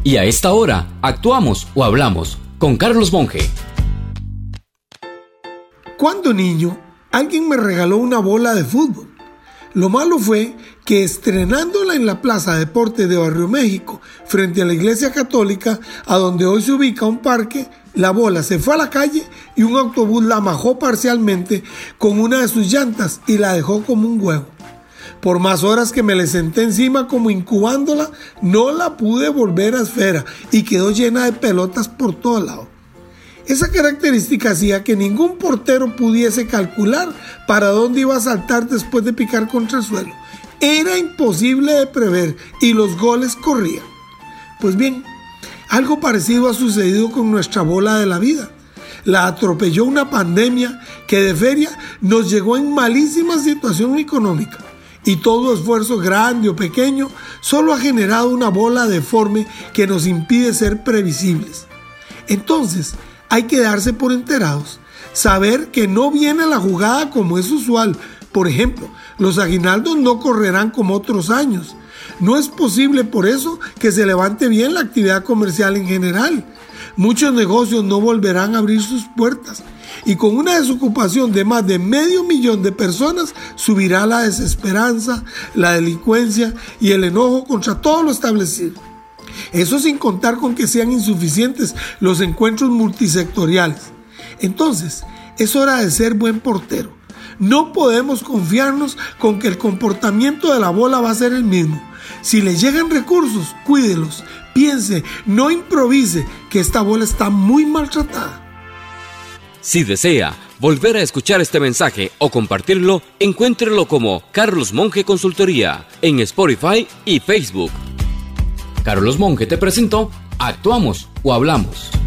Y a esta hora, actuamos o hablamos con Carlos Monge. Cuando niño, alguien me regaló una bola de fútbol. Lo malo fue que estrenándola en la Plaza Deporte de Barrio México, frente a la Iglesia Católica, a donde hoy se ubica un parque, la bola se fue a la calle y un autobús la majó parcialmente con una de sus llantas y la dejó como un huevo. Por más horas que me le senté encima como incubándola, no la pude volver a esfera y quedó llena de pelotas por todos lados. Esa característica hacía que ningún portero pudiese calcular para dónde iba a saltar después de picar contra el suelo. Era imposible de prever y los goles corrían. Pues bien, algo parecido ha sucedido con nuestra bola de la vida. La atropelló una pandemia que de feria nos llegó en malísima situación económica. Y todo esfuerzo grande o pequeño solo ha generado una bola deforme que nos impide ser previsibles. Entonces, hay que darse por enterados, saber que no viene la jugada como es usual. Por ejemplo, los aguinaldos no correrán como otros años. No es posible por eso que se levante bien la actividad comercial en general. Muchos negocios no volverán a abrir sus puertas. Y con una desocupación de más de 500,000 de personas, subirá la desesperanza, la delincuencia y el enojo contra todo lo establecido. Eso sin contar con que sean insuficientes los encuentros multisectoriales. Entonces, es hora de ser buen portero. No podemos confiarnos con que el comportamiento de la bola va a ser el mismo. Si le llegan recursos, cuídelos, piense, no improvise, que esta bola está muy maltratada. Si desea volver a escuchar este mensaje o compartirlo, encuéntrelo como Carlos Monge Consultoría en Spotify y Facebook. Carlos Monge te presentó Actuamos o Hablamos.